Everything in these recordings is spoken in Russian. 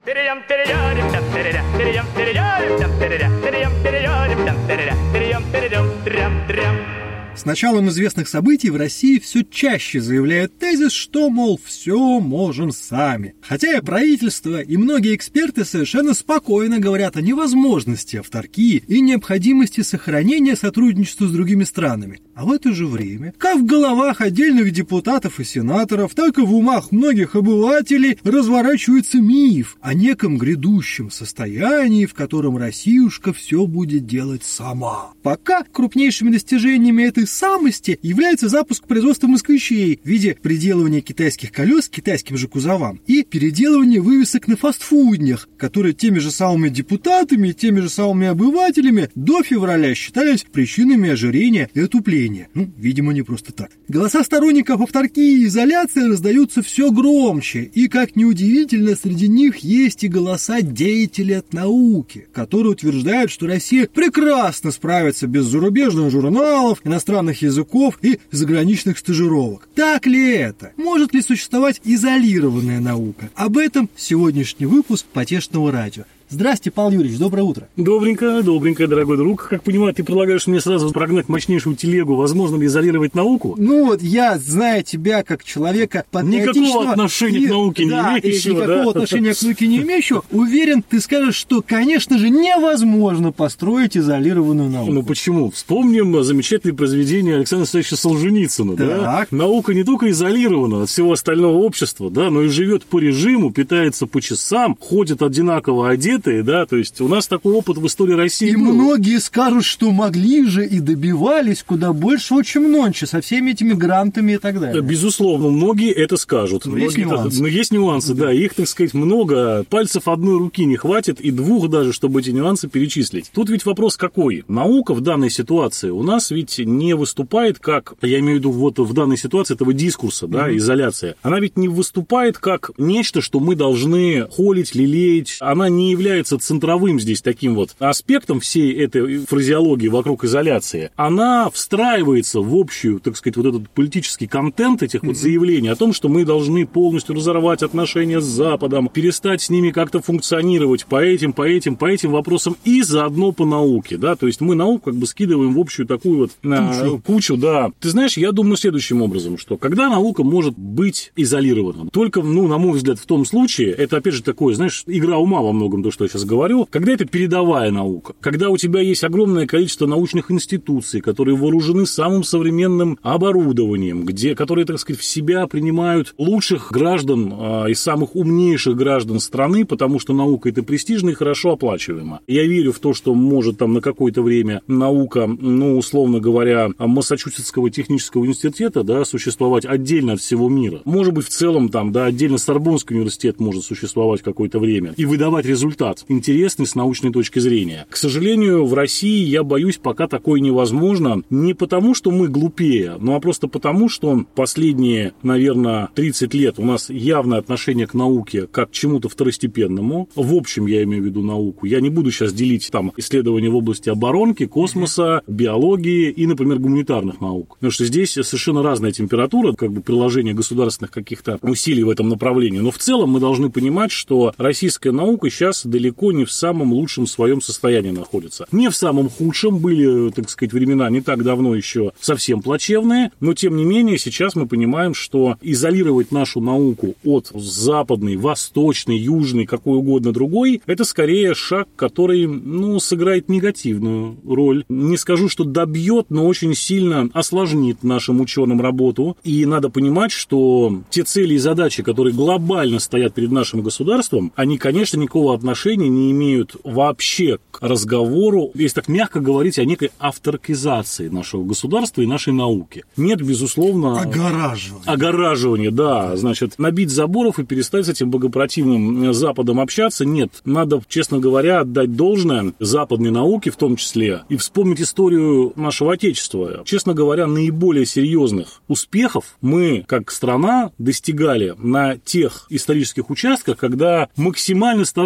С началом известных событий в России все чаще заявляют тезис, что, мол, все можем сами. Хотя и правительство, и многие эксперты совершенно спокойно говорят о невозможности авторкии и необходимости сохранения сотрудничества с другими странами. А в это же время, как в головах отдельных депутатов и сенаторов, так и в умах многих обывателей разворачивается миф о неком грядущем состоянии, в котором Россиюшка все будет делать сама. Пока крупнейшими достижениями этой самости является запуск производства москвичей в виде приделывания китайских колес к китайским же кузовам и переделывания вывесок на фастфуднях, которые теми же самыми депутатами и теми же самыми обывателями до февраля считались причинами ожирения и отупления. Видимо, не просто так. Голоса сторонников авторкии и изоляции раздаются все громче, и, как неудивительно, среди них есть и голоса деятелей от науки, которые утверждают, что Россия прекрасно справится без зарубежных журналов, иностранных языков и заграничных стажировок. Так ли это? Может ли существовать изолированная наука? Об этом сегодняшний выпуск Потешного радио. Здрасте, Павел Юрьевич, доброе утро. Добренько, дорогой друг. Как понимаю, ты предлагаешь мне сразу прогнать мощнейшую телегу, возможно ли изолировать науку? Я, зная тебя как человека патриотичного... Никакого отношения к науке не имеющего, никакого отношения к науке не имеющего, уверен, ты скажешь, что, конечно же, невозможно построить изолированную науку. Почему? Вспомним замечательное произведение Александра Александровича Солженицына. Да? Наука не только изолирована от всего остального общества, но и живет по режиму, питается по часам, ходит одинаково одет. Да, то есть у нас такой опыт в истории России. И был. Многие скажут, что могли же и добивались куда больше, чем нонче, со всеми этими грантами и так далее. Безусловно, многие это скажут. Но есть нюансы, да. Их, так сказать, много. Пальцев одной руки не хватит, и двух даже, чтобы эти нюансы перечислить. Тут ведь вопрос какой? Наука в данной ситуации у нас ведь не выступает как, я имею в виду в данной ситуации этого дискурса, изоляция. Она ведь не выступает как нечто, что мы должны холить, лелеять. Она не является центровым здесь таким вот аспектом всей этой фразеологии вокруг изоляции. Она встраивается в общую, так сказать, вот этот политический контент этих вот заявлений о том, что мы должны полностью разорвать отношения с Западом, перестать с ними как-то функционировать по этим вопросам и заодно по науке, да, то есть мы науку как бы скидываем в общую такую вот кучу, да. Ты знаешь, я думаю следующим образом, что когда наука может быть изолирована, только, на мой взгляд, в том случае, это опять же такое, знаешь, игра ума во многом, то, что я сейчас говорю, когда это передовая наука, когда у тебя есть огромное количество научных институций, которые вооружены самым современным оборудованием, которые, так сказать, в себя принимают лучших граждан и самых умнейших граждан страны, потому что наука это престижно и хорошо оплачиваема. Я верю в то, что может там на какое-то время наука, условно говоря, Массачусетского технического университета, существовать отдельно от всего мира. Может быть, в целом там, отдельно Сорбонский университет может существовать какое-то время и выдавать результат интересный с научной точки зрения. К сожалению, в России, я боюсь, пока такое невозможно. Не потому, что мы глупее, а просто потому, что последние, наверное, 30 лет у нас явное отношение к науке как к чему-то второстепенному. В общем, я имею в виду науку. Я не буду сейчас делить там исследования в области оборонки, космоса, биологии и, например, гуманитарных наук. Потому что здесь совершенно разная температура, приложение государственных каких-то усилий в этом направлении. Но в целом мы должны понимать, что российская наука сейчас далеко не в самом лучшем своем состоянии находится. Не в самом худшем, были, так сказать, времена не так давно еще совсем плачевные, но тем не менее сейчас мы понимаем, что изолировать нашу науку от западной, восточной, южной, какой угодно другой, это скорее шаг, который, сыграет негативную роль. Не скажу, что добьет, но очень сильно осложнит нашим ученым работу. И надо понимать, что те цели и задачи, которые глобально стоят перед нашим государством, они, конечно, никакого отношения не имеют вообще к разговору, если так мягко говорить, о некой авторкизации нашего государства и нашей науки. Нет, безусловно... Огораживание, да. Значит, набить заборов и перестать с этим богопротивным Западом общаться. Нет. Надо, честно говоря, отдать должное западной науке в том числе и вспомнить историю нашего Отечества. Честно говоря, наиболее серьезных успехов мы, как страна, достигали на тех исторических участках, когда максимально старались с Западом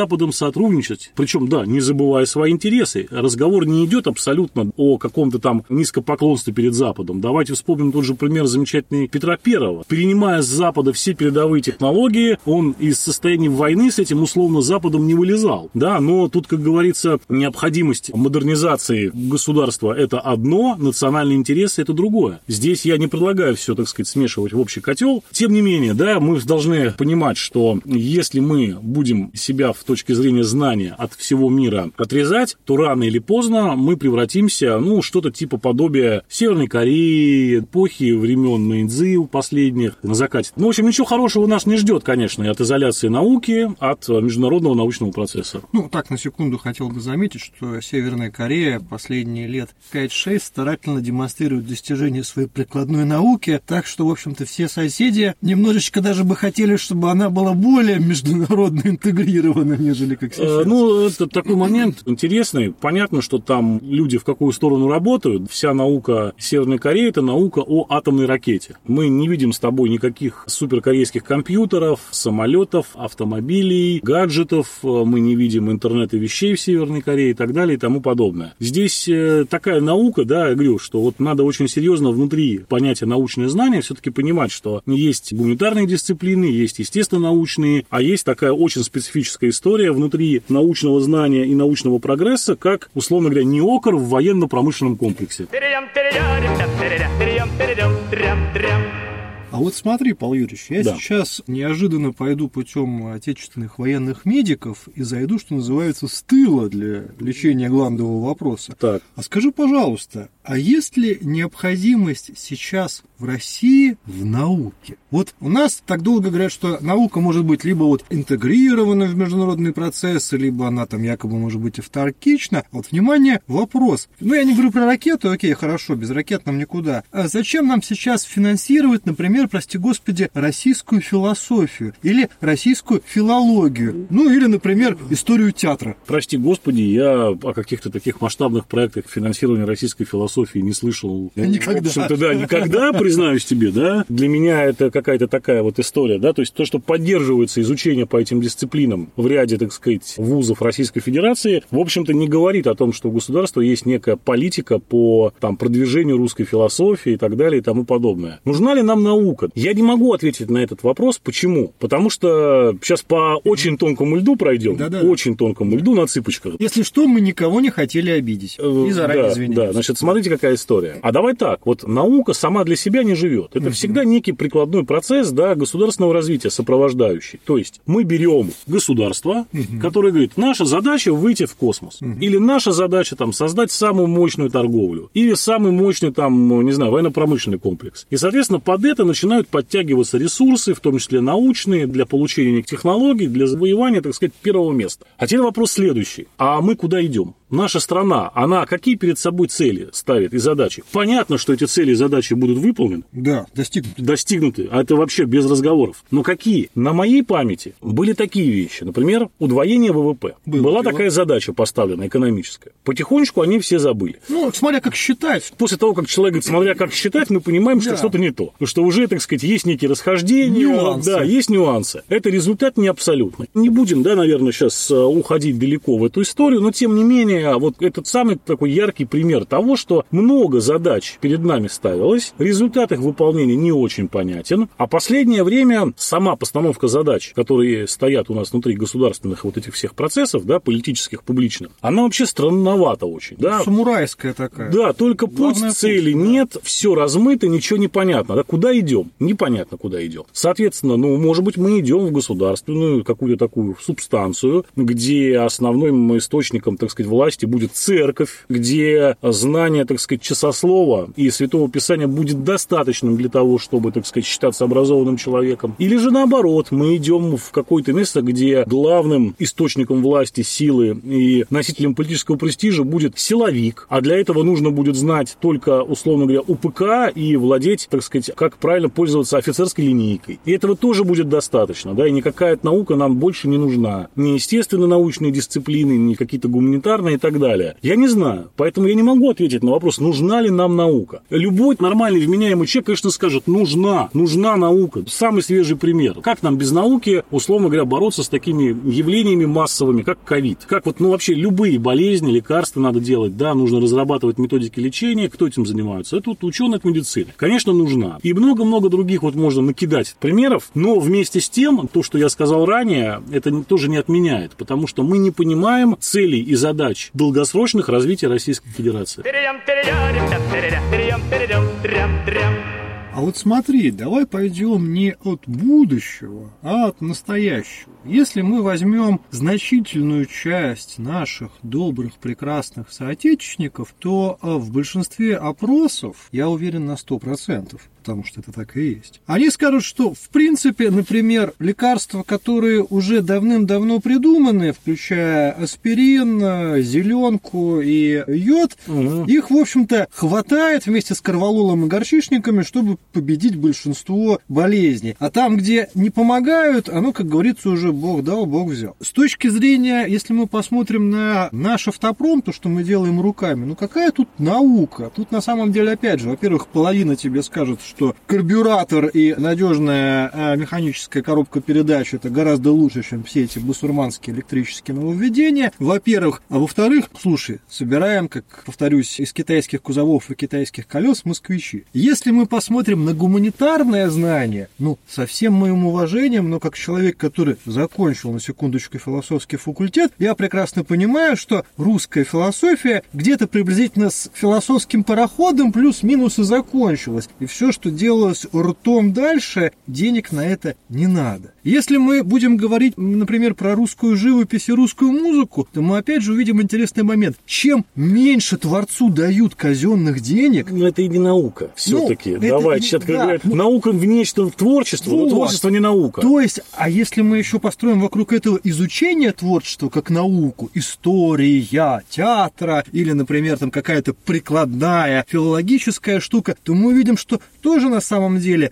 Западом сотрудничать, причем, да, не забывая свои интересы. Разговор не идет абсолютно о каком-то там низкопоклонстве перед Западом. Давайте вспомним тот же пример замечательный Петра Первого. Перенимая с Запада все передовые технологии, он из состояния войны с этим условно Западом не вылезал. Да, но тут, как говорится, необходимость модернизации государства – это одно, национальные интересы – это другое. Здесь я не предлагаю все, так сказать, смешивать в общий котел. Тем не менее, да, мы должны понимать, что если мы будем себя в точке зрения знания от всего мира отрезать, то рано или поздно мы превратимся, что-то типа подобия Северной Кореи, эпохи времен Мэйдзи последних, на закате. В общем, ничего хорошего нас не ждет, конечно, и от изоляции науки, от международного научного процесса. Так, на секунду хотел бы заметить, что Северная Корея последние лет 5-6 старательно демонстрирует достижения своей прикладной науки, так что, в общем-то, все соседи немножечко даже бы хотели, чтобы она была более международно интегрирована, нежели как сейчас. Это такой момент интересный. Понятно, что там люди в какую сторону работают. Вся наука Северной Кореи – это наука о атомной ракете. Мы не видим с тобой никаких суперкорейских компьютеров, самолетов, автомобилей, гаджетов. Мы не видим интернета вещей в Северной Корее и так далее и тому подобное. Здесь такая наука, да, я говорю, что надо очень серьезно внутри понятия научное знание все-таки понимать, что есть гуманитарные дисциплины, есть естественно-научные, а есть такая очень специфическая история внутри научного знания и научного прогресса, как, условно говоря, неокр в военно-промышленном комплексе. А вот смотри, Павел Юрьевич, я сейчас неожиданно пойду путем отечественных военных медиков и зайду, что называется, с тыла для лечения гландового вопроса. Так. А скажи, пожалуйста, а есть ли необходимость сейчас в России в науке? Вот у нас так долго говорят, что наука может быть либо интегрирована в международные процессы, либо она там якобы может быть автаркична. Внимание, вопрос. Я не говорю про ракету, окей, хорошо, без ракет нам никуда. А зачем нам сейчас финансировать, например, прости господи, российскую философию или российскую филологию? Или, например, историю театра. Прости господи, я о каких-то таких масштабных проектах финансирования российской философии не слышал. Никогда. Никогда, признаюсь тебе, да. Для меня это какая-то такая история, да, то есть то, что поддерживается изучение по этим дисциплинам в ряде, так сказать, вузов Российской Федерации, в общем-то, не говорит о том, что у государства есть некая политика по продвижению русской философии и так далее и тому подобное. Нужна ли нам наука? Я не могу ответить на этот вопрос. Почему? Потому что сейчас по очень тонкому льду пройдем, очень тонкому льду на цыпочках. Если что, мы никого не хотели обидеть. И заранее извиняюсь. Да, значит, смотрите, какая история. А давай так, наука сама для себя не живет. Это всегда некий прикладной процесс, да, государственного развития сопровождающий. То есть мы берем государство, которое говорит, наша задача выйти в космос. Или наша задача создать самую мощную торговлю. Или самый мощный военно-промышленный комплекс. И, соответственно, под это начинают подтягиваться ресурсы, в том числе научные, для получения технологий, для завоевания, так сказать, первого места. А теперь вопрос следующий. А мы куда идем? Наша страна, она какие перед собой цели ставит и задачи? Понятно, что эти цели и задачи будут выполнены. Да, достигнуты. А это вообще без разговоров. Но какие? На моей памяти были такие вещи. Например, удвоение ВВП. Была такая задача поставлена, экономическая. Потихонечку они все забыли. Смотря как считать. После того, как человек говорит, смотря как считать, мы понимаем, что что-то не то. Что уже, так сказать, есть некие расхождения. Нюансы. Да, есть нюансы. Это результат не абсолютный. Не будем, наверное, сейчас уходить далеко в эту историю, но тем не менее, этот самый такой яркий пример того, что много задач перед нами ставилось, результат их выполнения не очень понятен, а последнее время сама постановка задач, которые стоят у нас внутри государственных этих всех процессов, да, политических, публичных, она вообще странновата очень. Да? Самурайская такая. Да, только путь, цели нет, все размыто, ничего не понятно. Да, куда идем? Непонятно, куда идем. Соответственно, может быть, мы идем в государственную какую-то такую субстанцию, где основным источником, так сказать, власти будет церковь, где знание, так сказать, часослова и Святого Писания будет достаточным для того, чтобы, так сказать, считаться образованным человеком. Или же наоборот, мы идем в какое-то место, где главным источником власти, силы и носителем политического престижа будет силовик, а для этого нужно будет знать только, условно говоря, УПК и владеть, так сказать, как правильно пользоваться офицерской линейкой. И этого тоже будет достаточно, да, и никакая наука нам больше не нужна. Ни естественно-научные дисциплины, ни какие-то гуманитарные так далее. Я не знаю. Поэтому я не могу ответить на вопрос, нужна ли нам наука. Любой нормальный вменяемый человек, конечно, скажет, нужна наука. Самый свежий пример. Как нам без науки, условно говоря, бороться с такими явлениями массовыми, как ковид? Как вообще любые болезни, лекарства надо делать, да, нужно разрабатывать методики лечения. Кто этим занимается? Это ученые от медицины. Конечно, нужна. И много-много других можно накидать примеров, но вместе с тем, то, что я сказал ранее, это тоже не отменяет, потому что мы не понимаем целей и задач долгосрочных развития Российской Федерации. А вот смотри, давай пойдем не от будущего, а от настоящего. Если мы возьмем значительную часть наших добрых, прекрасных соотечественников, то в большинстве опросов, я уверен на 100%, потому что это так и есть, они скажут, что, в принципе, например, лекарства, которые уже давным-давно придуманы, включая аспирин, зеленку и йод, их, в общем-то, хватает вместе с корвалолом и горчичниками, чтобы победить большинство болезней. А там, где не помогают, оно, как говорится, уже Бог дал, Бог взял. С точки зрения, если мы посмотрим на наш автопром, то, что мы делаем руками, какая тут наука? Тут, на самом деле, опять же, во-первых, половина тебе скажет, что карбюратор и надежная механическая коробка передач это гораздо лучше, чем все эти басурманские электрические нововведения, во-первых. А во-вторых, слушай, собираем, как повторюсь, из китайских кузовов и китайских колес москвичи. Если мы посмотрим на гуманитарное знание, со всем моим уважением, но как человек, который закончил, на секундочку, философский факультет, я прекрасно понимаю, что русская философия где-то приблизительно с философским пароходом плюс-минус и закончилась. И все, что делалось ртом дальше, денег на это не надо. Если мы будем говорить, например, про русскую живопись и русскую музыку, то мы опять же увидим интересный момент. Чем меньше творцу дают казенных денег... это и не наука, все-таки. Давай, наука в нечто творчество, но творчество не наука. То есть, а если мы еще построим вокруг этого изучение творчества как науку, история, театра, или, например, там какая-то прикладная филологическая штука, то мы увидим, что тоже на самом деле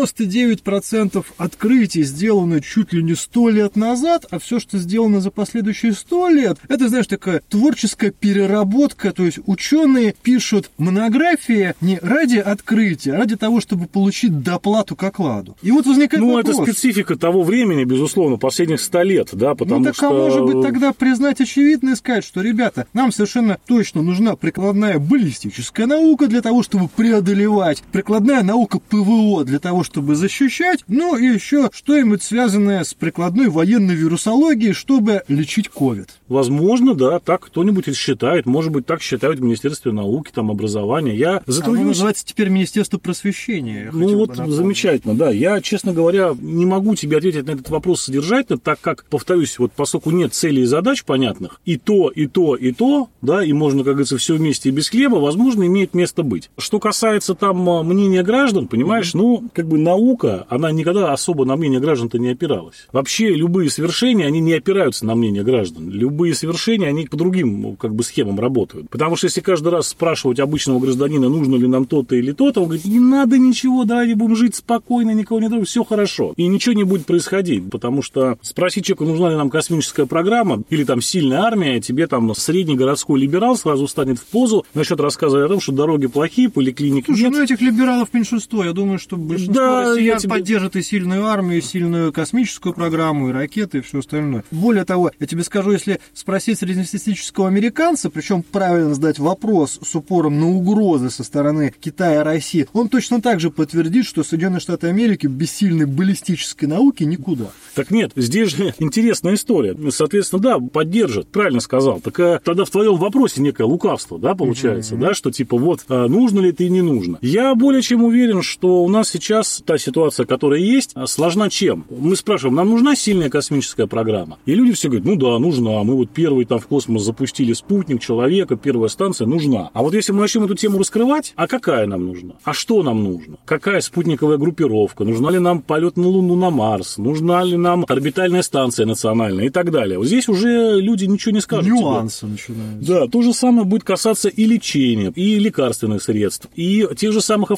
99% открытий сделано чуть ли не 100 лет назад, а все, что сделано за последующие 100 лет, это, знаешь, такая творческая переработка, то есть ученые пишут монографии не ради открытия, а ради того, чтобы получить доплату к окладу. И вот возникает вопрос. Это специфика того времени, безусловно, последних 100 лет, да, потому так, что... а может быть тогда признать очевидное и сказать, что, ребята, нам совершенно точно нужна прикладная баллистическая наука для того, чтобы преодолевать, прикладная наука ПВО для того, чтобы защищать, и еще что-нибудь связанное с прикладной военной вирусологией, чтобы лечить ковид. Возможно, да, так кто-нибудь это считает, может быть, так считают в Министерстве науки, образования. Я затруднюсь... Оно называется теперь Министерство просвещения. Замечательно, да. Я, честно говоря, не могу тебе ответить на этот вопрос содержательно, так как, повторюсь, поскольку нет целей и задач понятных, и то, да, и можно, как говорится, все вместе и без хлеба, возможно, имеет место быть. Что касается там мнения граждан, понимаешь, наука, она никогда особо на мнение граждан-то не опиралась. Вообще, любые совершения, они не опираются на мнение граждан. Любые совершения, они по другим, схемам работают. Потому что если каждый раз спрашивать обычного гражданина, нужно ли нам то-то или то-то, он говорит, не надо ничего, давайте будем жить спокойно, никого не трогать, все хорошо. И ничего не будет происходить, потому что спросить человека, нужна ли нам космическая программа или там сильная армия, тебе там средний городской либерал сразу станет в позу, начнет рассказывать о том, что дороги плохие, поликлиники нет. Этих либералов меньшинство. Я думаю, что большинство россиян поддержит и сильную армию, и сильную космическую программу, и ракеты, и все остальное. Более того, я тебе скажу, если спросить среднестатистического американца, причем правильно задать вопрос с упором на угрозы со стороны Китая и России, он точно так же подтвердит, что Соединенные Штаты Америки без сильной баллистической науки никуда. Так нет, здесь же интересная история. Соответственно, да, поддержат, правильно сказал. Так тогда в твоем вопросе некое лукавство, да, получается, да, что нужно ли это и не нужно. Я более чем уверен, что у нас сейчас та ситуация, которая есть, сложна чем? Мы спрашиваем, нам нужна сильная космическая программа? И люди все говорят, да, нужна. Мы первый там в космос запустили спутник человека, первая станция нужна. А если мы начнем эту тему раскрывать, а какая нам нужна? А что нам нужно? Какая спутниковая группировка? Нужна ли нам полет на Луну, на Марс? Нужна ли нам орбитальная станция национальная и так далее? Здесь уже люди ничего не скажут. Нюансы начинаются. Да, то же самое будет касаться и лечения, и лекарственных средств, и тех же самых автомобилей.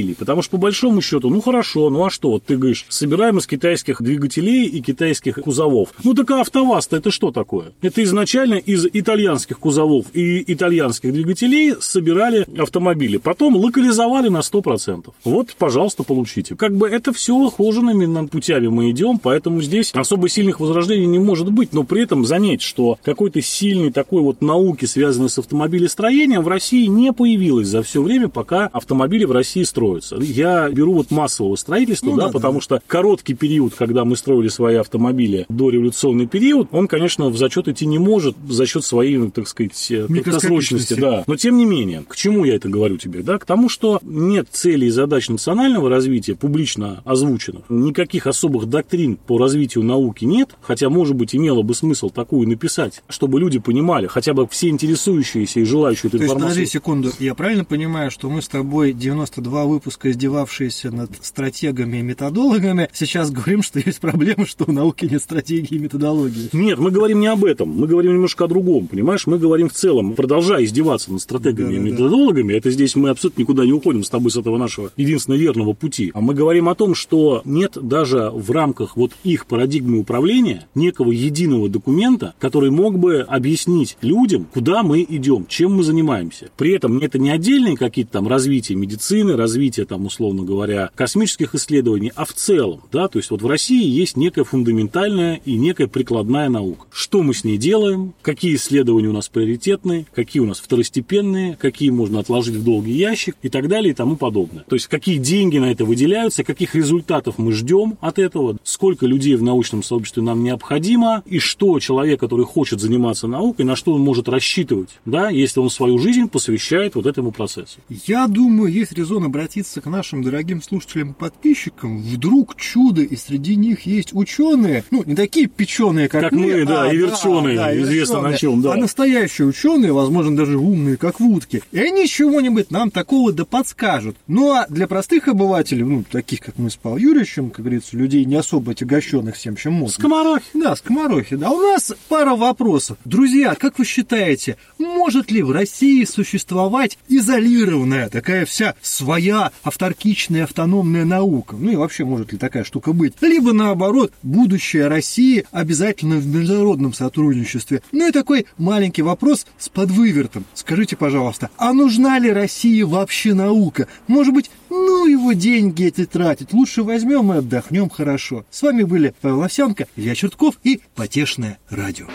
автомобилей. Потому что, по большому счету, ну хорошо, ну а что? Вот ты говоришь, собираем из китайских двигателей и китайских кузовов. Ну так а АвтоВАЗ-то это что такое? Это изначально из итальянских кузовов и итальянских двигателей собирали автомобили. Потом локализовали на 100%. Вот, пожалуйста, получите. Как бы это все ухоженными путями мы идем, поэтому здесь особо сильных возрождений не может быть. Но при этом заметь, что какой-то сильной такой вот науки, связанной с автомобилестроением, в России не появилось за все время, пока автомобили в России строятся. Я беру вот массового строительства, да, потому что короткий период, когда мы строили свои автомобили, дореволюционный период, он, конечно, в зачет идти не может за счет своей, так сказать, краткосрочности. Да. Но тем не менее, к чему я это говорю тебе? Да? К тому, что нет целей и задач национального развития публично озвученных, никаких особых доктрин по развитию науки нет, хотя, может быть, имело бы смысл такую написать, чтобы люди понимали, хотя бы все интересующиеся и желающие эту информацию. Подожди секунду, я правильно понимаю, что мы с тобой 92 выпуска, издевавшиеся над стратегами и методологами, сейчас говорим, что есть проблема, что у науки нет стратегии и методологии? Нет, мы говорим не об этом, мы говорим немножко о другом, понимаешь? Мы говорим в целом, продолжая издеваться над стратегами и методологами, это здесь мы абсолютно никуда не уходим с тобой с этого нашего единственно верного пути, а мы говорим о том, что нет даже в рамках вот их парадигмы управления некого единого документа, который мог бы объяснить людям, куда мы идем, чем мы занимаемся. При этом это не отдельные какие-то там развития медицины, развитие там, условно говоря, космических исследований, а в целом, да, то есть вот в России есть некая фундаментальная и некая прикладная наука. Что мы с ней делаем, какие исследования у нас приоритетные, какие у нас второстепенные, какие можно отложить в долгий ящик и так далее и тому подобное. То есть какие деньги на это выделяются, каких результатов мы ждем от этого, сколько людей в научном сообществе нам необходимо и что человек, который хочет заниматься наукой, на что он может рассчитывать, да, если он свою жизнь посвящает вот этому процессу. Я думаю, есть резон обратиться к нашим дорогим слушателям и подписчикам. Вдруг чудо, и среди них есть ученые, ну, не такие печеные, как мы, да, и верченые, да, известно на чем, да. А настоящие ученые, возможно, даже умные, как в утке. И они чего-нибудь нам такого да подскажут. Ну, а для простых обывателей, ну, таких, как мы с Павлом Юрьевичем, как говорится, людей не особо отягощенных всем, чем можно. Скоморохи. Да, скоморохи, да. У нас пара вопросов. Друзья, как вы считаете, может ли в России существовать изолированная, такая вся своя авторкичная, автономная наука? Ну и вообще, может ли такая штука быть? Либо, наоборот, будущее России обязательно в международном сотрудничестве. Ну и такой маленький вопрос с подвывертом. Скажите, пожалуйста, а нужна ли России вообще наука? Может быть, ну его деньги эти тратить. Лучше возьмем и отдохнем хорошо. С вами были Павел Овсянко, Илья Чертков и Потешное радио.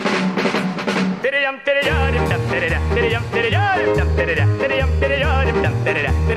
Перейдем, перейдем, перейдем, перейдем, перейдем, перейдем, перейдем, перейдем, перейдем, перейдем.